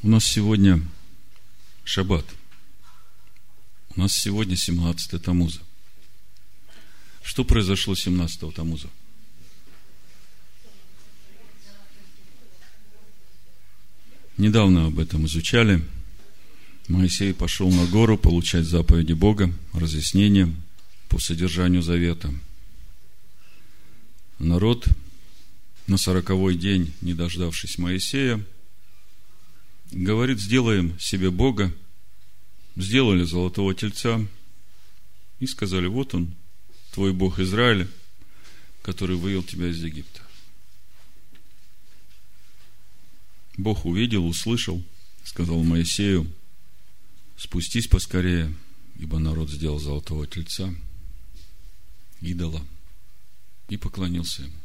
У нас сегодня шаббат. У нас сегодня 17 Тамуза. Что произошло 17 Тамуза? Недавно об этом изучали. Моисей пошел на гору получать заповеди Бога, разъяснения по содержанию завета. Народ, на 40-й день, не дождавшись Моисея, говорит: сделаем себе Бога. Сделали золотого тельца и сказали: вот он, твой Бог Израиля, который вывел тебя из Египта. Бог увидел, услышал, сказал Моисею: спустись поскорее, ибо народ сделал золотого тельца, идола, и поклонился ему.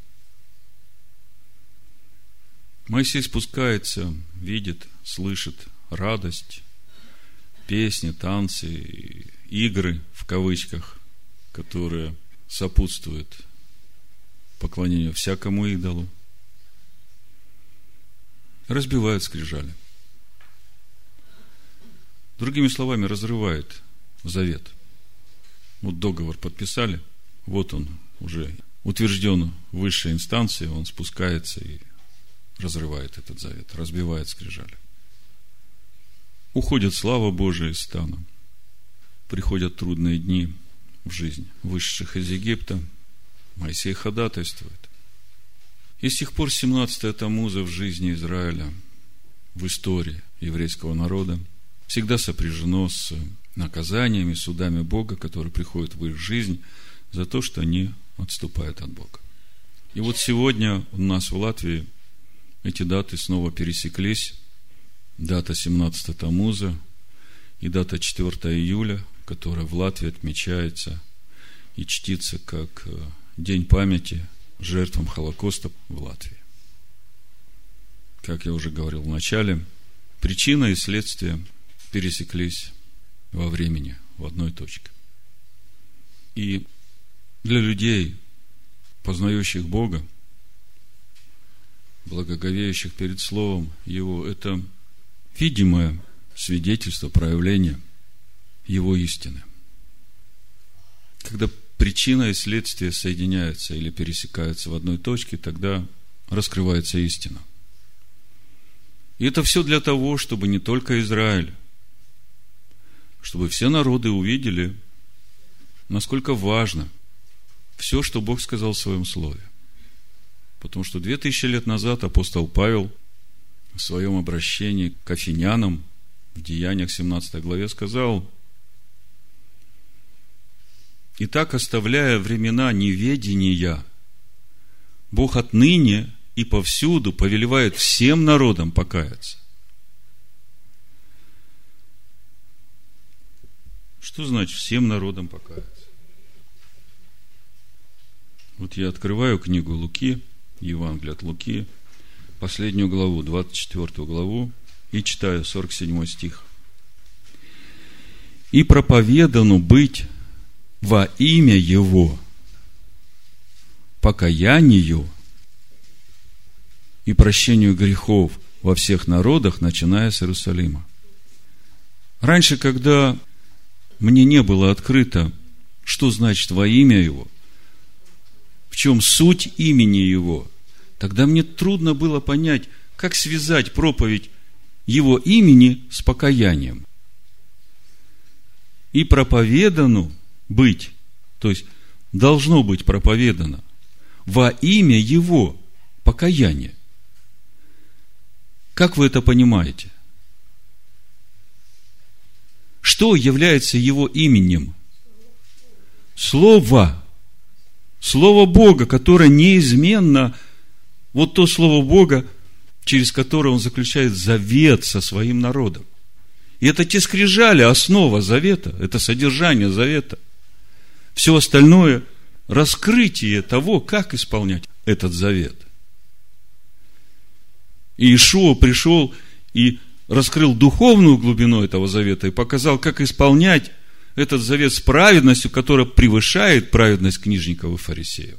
Моисей спускается, видит, слышит радость, песни, танцы, игры, в кавычках, которые сопутствуют поклонению всякому идолу. Разбивают скрижали. Другими словами, разрывает завет. Вот договор подписали, вот он уже утвержден в высшей инстанции, он спускается и разрывает этот завет, разбивает скрижали. Уходит слава Божия из стана. Приходят трудные дни в жизнь вышедших из Египта. Моисей ходатайствует. И с тех пор 17 Тамуза в жизни Израиля, в истории еврейского народа, всегда сопряжено с наказаниями, судами Бога, которые приходят в их жизнь за то, что они отступают от Бога. И вот сегодня у нас в Латвии эти даты снова пересеклись. Дата 17 Тамуза и дата 4 июля, которая в Латвии отмечается и чтится как День памяти жертвам Холокоста в Латвии. Как я уже говорил в начале, причина и следствие пересеклись во времени, в одной точке. И для людей, познающих Бога, благоговеющих перед Словом Его, это видимое свидетельство, проявление Его истины. Когда причина и следствие соединяются или пересекаются в одной точке, тогда раскрывается истина. И это все для того, чтобы не только Израиль, чтобы все народы увидели, насколько важно все, что Бог сказал в Своем Слове. Потому что 2000 лет назад апостол Павел в своем обращении к афинянам в Деяниях 17 главе сказал: «Итак, оставляя времена неведения, Бог отныне и повсюду повелевает всем народам покаяться». Что значит всем народам покаяться? Вот я открываю книгу Луки, Евангелие от Луки, последнюю главу, 24 главу, и читаю 47 стих. «И проповедану быть во имя Его покаянию и прощению грехов во всех народах, начиная с Иерусалима». Раньше, когда мне не было открыто, что значит во имя Его, в чем суть имени Его, тогда мне трудно было понять, как связать проповедь Его имени с покаянием. И проповедану быть, то есть должно быть проповедано во имя Его покаяние. Как вы это понимаете? Что является Его именем? Слово. Слово Бога, которое неизменно, вот то Слово Бога, через которое Он заключает завет со своим народом. И это те скрижали, основа завета, это содержание завета. Все остальное – раскрытие того, как исполнять этот завет. И Иешуа пришел и раскрыл духовную глубину этого завета и показал, как исполнять этот завет с праведностью, которая превышает праведность книжников и фарисеев.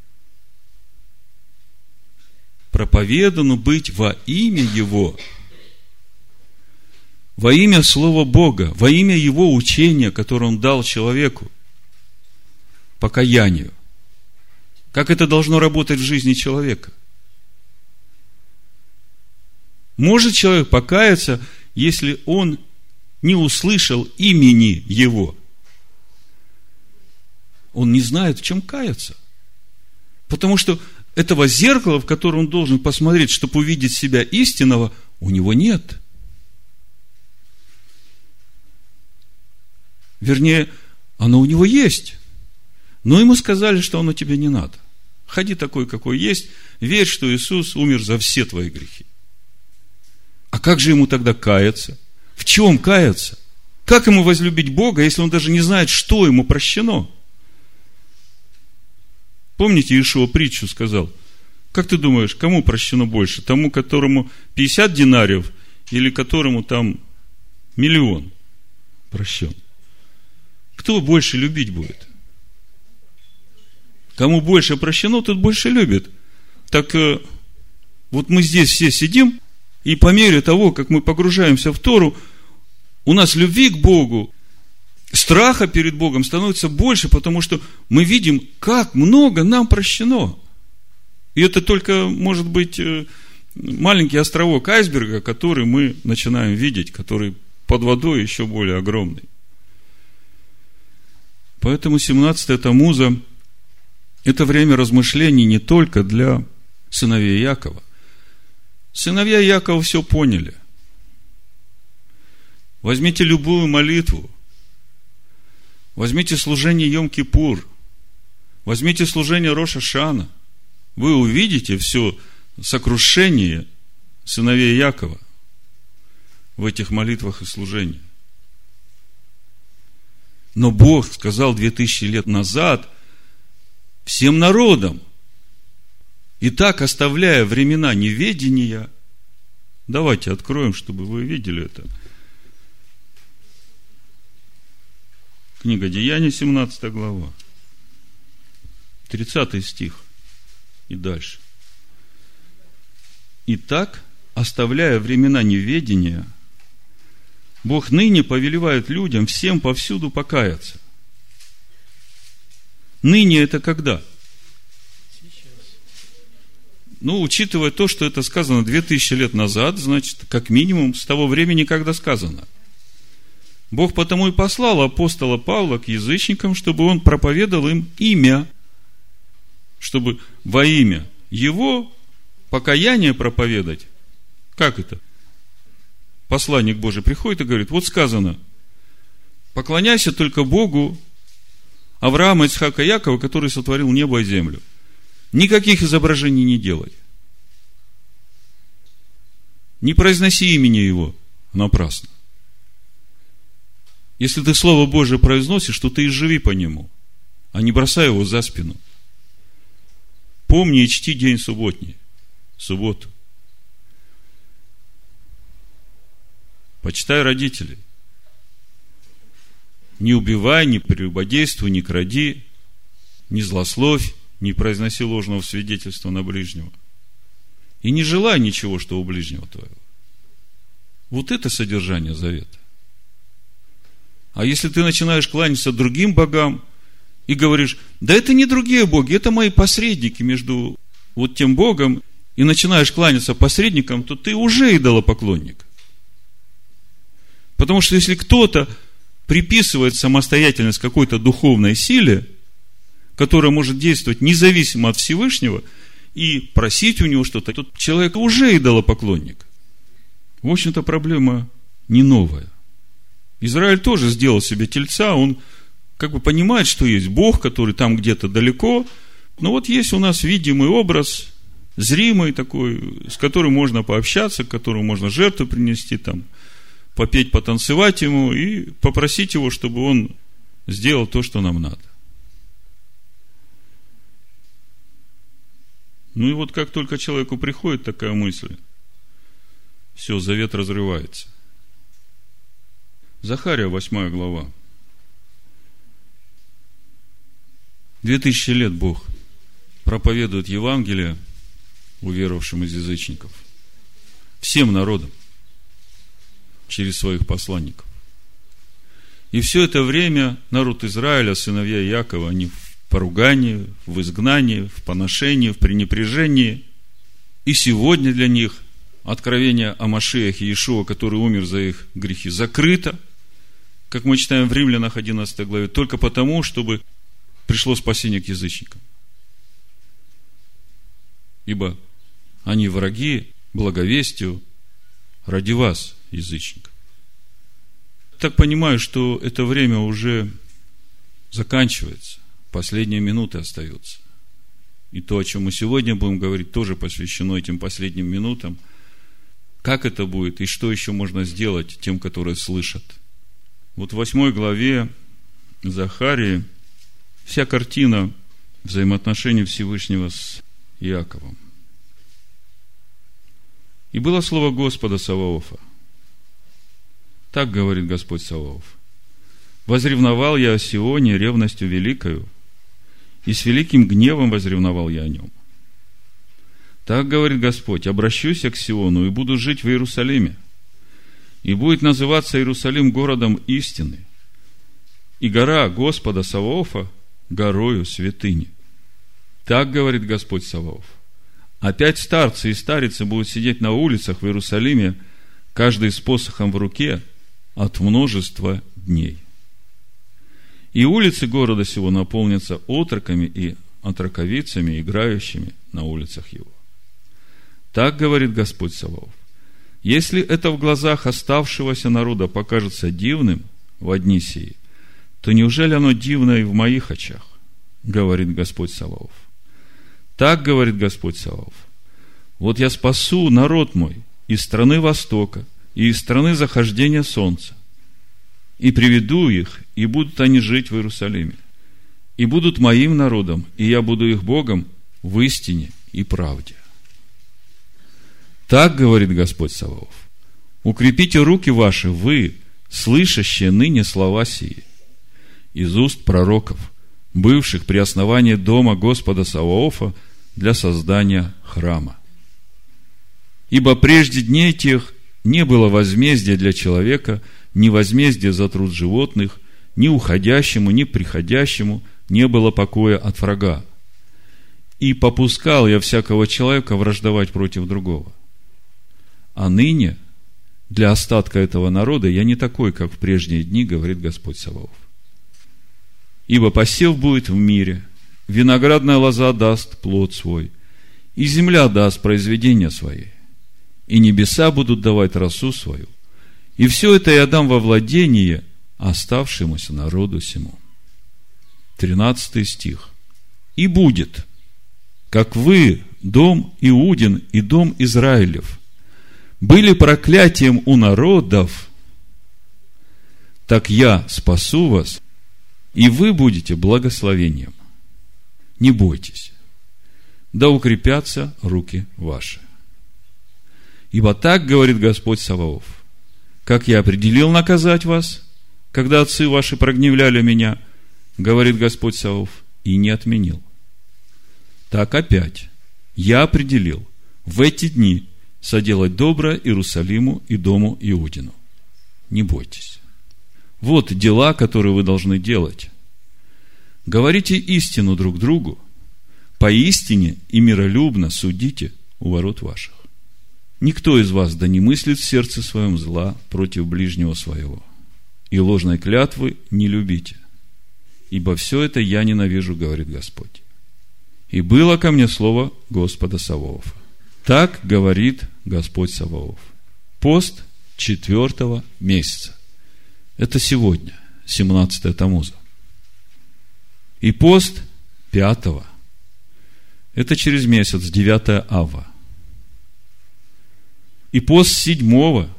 Проповедану быть во имя Его во имя Слова Бога, во имя Его учения, которое Он дал человеку, покаянию. Как это должно работать в жизни человека? Может человек покаяться, если он не услышал имени Его? Он не знает, в чем каяться. Потому что этого зеркала, в которое он должен посмотреть, чтобы увидеть себя истинного, у него нет. Вернее, оно у него есть. Но ему сказали, что оно тебе не надо. Ходи такой, какой есть, верь, что Иисус умер за все твои грехи. А как же ему тогда каяться? В чем каяться? Как ему возлюбить Бога, если он даже не знает, что ему прощено? Помните, Иешуа притчу сказал? Как ты думаешь, кому прощено больше? Тому, которому 50 динариев, или которому там 1 000 000 прощен? Кто больше любить будет? Кому больше прощено, тот больше любит. Так вот мы здесь все сидим, и по мере того, как мы погружаемся в Тору, у нас любви к Богу, страха перед Богом становится больше, потому что мы видим, как много нам прощено. И это только, может быть, маленький островок айсберга, который мы начинаем видеть, который под водой еще более огромный. Поэтому 17 Тамуза – это время размышлений не только для сыновей Якова. Сыновья Якова все поняли. Возьмите любую молитву, возьмите служение Йом-Кипур, возьмите служение Рош ха-Шана, вы увидите все сокрушение сыновей Якова в этих молитвах и служениях. Но Бог сказал 2000 лет назад всем народам, и так, оставляя времена неведения, давайте откроем, чтобы вы видели это. Книга Деяний, 17 глава, 30 стих и дальше. Итак, оставляя времена неведения, Бог ныне повелевает людям всем повсюду покаяться. Ныне это когда? Ну, учитывая то, что это сказано 2000 лет назад, значит, как минимум с того времени, когда сказано. Бог потому и послал апостола Павла к язычникам, чтобы он проповедовал им имя, чтобы во имя его покаяние проповедать. Как это? Посланник Божий приходит и говорит, вот сказано, поклоняйся только Богу Авраама, Ицхака, Якова, который сотворил небо и землю. Никаких изображений не делай. Не произноси имени его напрасно. Если ты Слово Божие произносишь, то ты и живи по нему, а не бросай его за спину. Помни и чти день субботний, субботу. Почитай родителей. Не убивай, не прелюбодействуй, не кради, не злословь, не произноси ложного свидетельства на ближнего. И не желай ничего, что у ближнего твоего. Вот это содержание завета. А если ты начинаешь кланяться другим богам и говоришь, да это не другие боги, это мои посредники между вот тем Богом, и начинаешь кланяться посредникам, то ты уже идолопоклонник. Потому что если кто-то приписывает самостоятельность какой-то духовной силе, которая может действовать независимо от Всевышнего, и просить у него что-то, тот человек уже идолопоклонник. В общем-то, проблема не новая. Израиль тоже сделал себе тельца, он как бы понимает, что есть Бог, который там где-то далеко, но вот есть у нас видимый образ, зримый такой, с которым можно пообщаться, к которому можно жертву принести, там, попеть, потанцевать ему и попросить его, чтобы он сделал то, что нам надо. Ну и вот как только человеку приходит такая мысль, все, завет разрывается. Захария, 8 глава. 2000 лет Бог проповедует Евангелие уверовавшим из язычников. Всем народам. через своих посланников. И все это время народ Израиля, сыновья Иакова, они в поругании, в изгнании, в поношении, в пренепряжении. И сегодня для них откровение о Машиахе Иешуа, который умер за их грехи, закрыто, как мы читаем в Римлянах 11 главе, только потому, чтобы пришло спасение к язычникам. Ибо они враги благовестию ради вас, язычников. Так понимаю, что это время уже заканчивается, последние минуты остаются. И то, о чем мы сегодня будем говорить, тоже посвящено этим последним минутам. Как это будет и что еще можно сделать тем, которые слышат. Вот в 8 главе Захарии вся картина взаимоотношений Всевышнего с Иаковом. И было слово Господа Саваофа. Так говорит Господь Саваоф: возревновал я о Сионе ревностью великою, и с великим гневом возревновал я о нем. Так говорит Господь: обращусь я к Сиону и буду жить в Иерусалиме, и будет называться Иерусалим городом истины, и гора Господа Саваофа горою святыни. Так говорит Господь Саваоф: опять старцы и старицы будут сидеть на улицах в Иерусалиме, каждый с посохом в руке, от множества дней. И улицы города сего наполнятся отроками и отроковицами, играющими на улицах его. Так говорит Господь Саваоф: если это в глазах оставшегося народа покажется дивным в дни сии, то неужели оно дивно и в моих очах, говорит Господь Саваоф. Так говорит Господь Саваоф: вот я спасу народ мой из страны Востока и из страны захождения солнца, и приведу их, и будут они жить в Иерусалиме, и будут моим народом, и я буду их Богом в истине и правде. Так говорит Господь Саваоф: укрепите руки ваши, вы, слышащие ныне слова сии, из уст пророков, бывших при основании дома Господа Саваофа для создания храма. Ибо прежде дней тех не было возмездия для человека, ни возмездия за труд животных, ни уходящему, ни приходящему не было покоя от врага. И попускал я всякого человека враждовать против другого. А ныне для остатка этого народа я не такой, как в прежние дни, говорит Господь Саваоф. Ибо посев будет в мире, виноградная лоза даст плод свой, и земля даст произведения свои, и небеса будут давать росу свою, и все это я дам во владение оставшемуся народу сему. 13 стих. И будет, как вы, дом Иудин и дом Израилев, были проклятием у народов, так я спасу вас, и вы будете благословением. Не бойтесь, да укрепятся руки ваши. Ибо так говорит Господь Саваоф: как я определил наказать вас, когда отцы ваши прогневляли меня, говорит Господь Саваоф, и не отменил. Так опять я определил в эти дни соделать доброе Иерусалиму и дому Иудину. Не бойтесь. Вот дела, которые вы должны делать. Говорите истину друг другу, поистине и миролюбно судите у ворот ваших. Никто из вас да не мыслит в сердце своем зла против ближнего своего, и ложной клятвы не любите, ибо все это я ненавижу, говорит Господь. И было ко мне слово Господа Саваофа. Так говорит Господь Саваоф. Пост 4 месяца. Это сегодня, 17 Тамуза. И пост 5. Это через месяц, 9 Ава. И пост 7.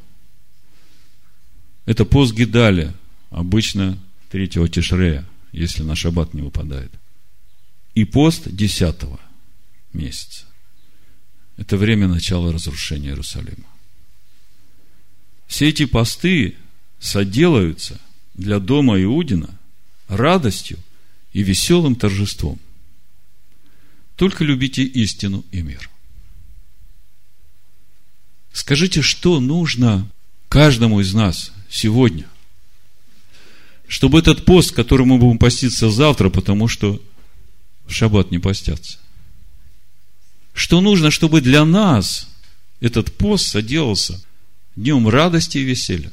Это пост Гидаля, обычно 3 Тишрея, если на шаббат не выпадает. И пост 10 месяца. Это время начала разрушения Иерусалима. Все эти посты соделаются для дома Иудина радостью и веселым торжеством. Только любите истину и мир. Скажите, что нужно каждому из нас сегодня, чтобы этот пост, который мы будем поститься завтра, потому что в шаббат не постятся, что нужно, чтобы для нас этот пост соделался днем радости и веселья.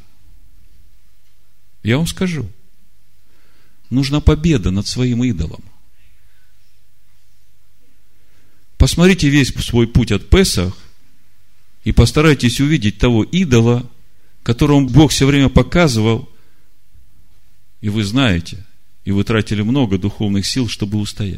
Я вам скажу, нужна победа над своим идолом. Посмотрите весь свой путь от Песах и постарайтесь увидеть того идола, которому Бог все время показывал, и вы знаете, и вы тратили много духовных сил, чтобы устоять.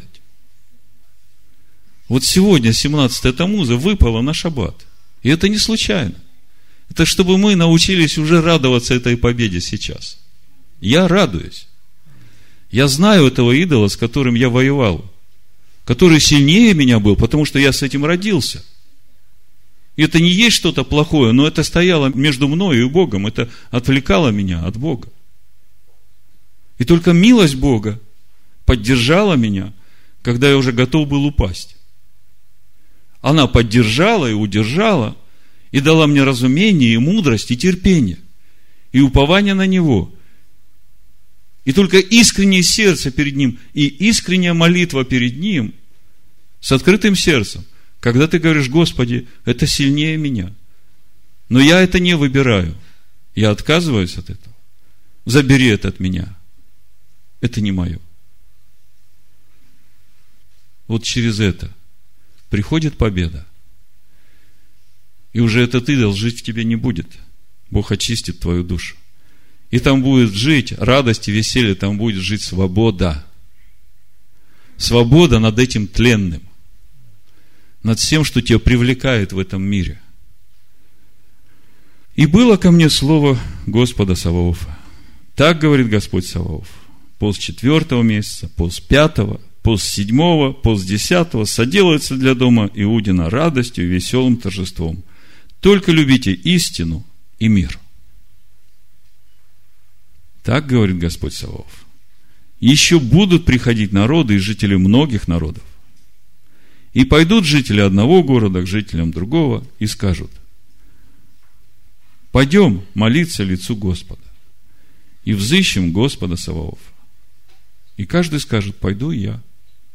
Вот сегодня 17 Тамуза выпало на шаббат. И это не случайно. Это чтобы мы научились уже радоваться этой победе сейчас. Я радуюсь. Я знаю этого идола, с которым я воевал, который сильнее меня был, потому что я с этим родился. И это не есть что-то плохое, но это стояло между мной и Богом, это отвлекало меня от Бога. И только милость Бога поддержала меня, когда я уже готов был упасть. Она поддержала и удержала, и дала мне разумение, и мудрость, и терпение, и упование на Него. И только искреннее сердце перед Ним, и искренняя молитва перед Ним, с открытым сердцем, когда ты говоришь: Господи, это сильнее меня, но я это не выбираю, я отказываюсь от этого, забери это от меня, это не мое. Вот через это приходит победа. И уже этот идол жить в тебе не будет. Бог очистит твою душу. И там будет жить радость и веселье, там будет жить свобода. Свобода над этим тленным. Над всем, что тебя привлекает в этом мире. И было ко мне слово Господа Саваофа. Так говорит Господь Саваоф: пост 4 месяца, пост 5, пост 7, пост 10 соделается для дома Иудина радостью и веселым торжеством. Только любите истину и мир. Так говорит Господь Саваоф. Еще будут приходить народы и жители многих народов. И пойдут жители одного города к жителям другого и скажут: пойдем молиться лицу Господа и взыщем Господа Саваофа. И каждый скажет: пойду и я.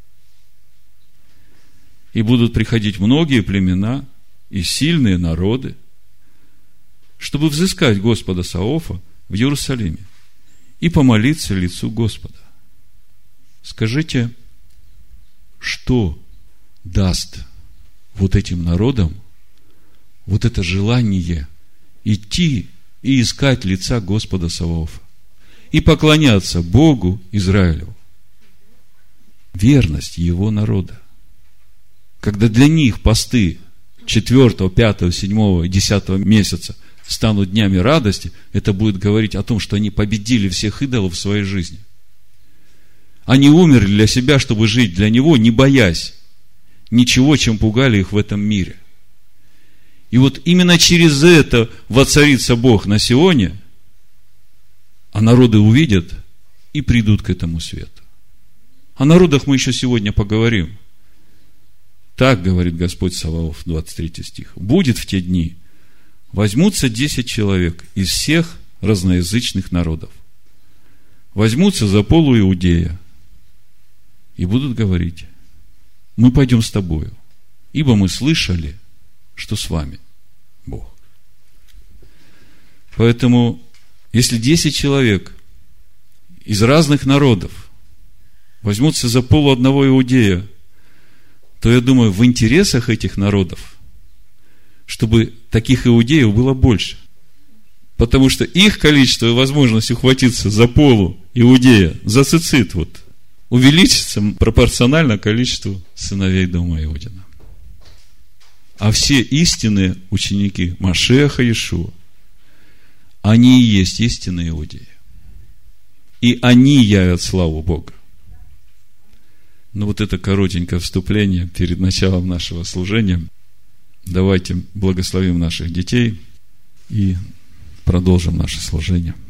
И будут приходить многие племена и сильные народы, чтобы взыскать Господа Саваофа в Иерусалиме и помолиться лицу Господа. Скажите, что даст вот этим народам вот это желание идти и искать лица Господа Саваофа и поклоняться Богу Израилеву? Верность Его народа. Когда для них посты 4, 5, 7 и 10 месяца станут днями радости, это будет говорить о том, что они победили всех идолов в своей жизни. Они умерли для себя, чтобы жить для Него, не боясь ничего, чем пугали их в этом мире. И вот именно через это воцарится Бог на Сионе, а народы увидят и придут к этому свету. О народах мы еще сегодня поговорим. Так говорит Господь Саваоф, 23 стих. Будет в те дни, возьмутся 10 человек из всех разноязычных народов, возьмутся за полу Иудея и будут говорить: мы пойдем с тобою, ибо мы слышали, что с вами Бог. Поэтому, если 10 человек из разных народов возьмутся за полу одного Иудея, то, я думаю, в интересах этих народов, чтобы таких иудеев было больше. Потому что их количество и возможность ухватиться за полу Иудея, за цицит, увеличится пропорционально количеству сыновей дома Иудина. А все истинные ученики Машеха Иешуа, они и есть истинные иудеи. И они явят славу Бога. Ну, это коротенькое вступление перед началом нашего служения. Давайте благословим наших детей и продолжим наше служение.